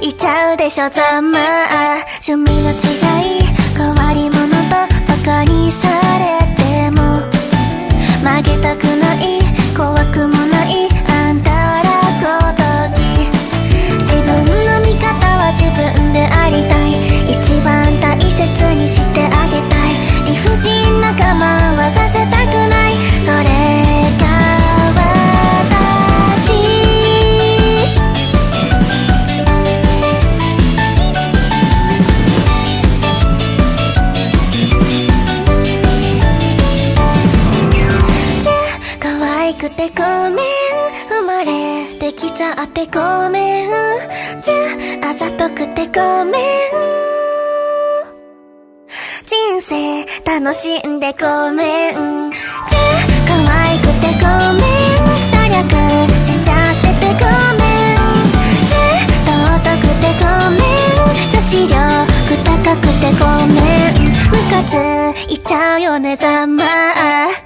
いちゃうでしょざまあ。趣味の違い変わり者とバカにされても曲げたくない怖くもないあんたらごとき。自分の味方は自分でありたい。一番大切にしてあげたい。理不尽な我慢はさせたくない。それが私。じゃ可愛くてごめん、生まれてきちゃってごめん。じゃあざとくてごめん、人生楽しんでごめん。じゃ可愛くてごめん、努力しちゃっててごめん。じゃ尊くてごめん、女子力高くてごめん。ムカついちゃうよねざまあ。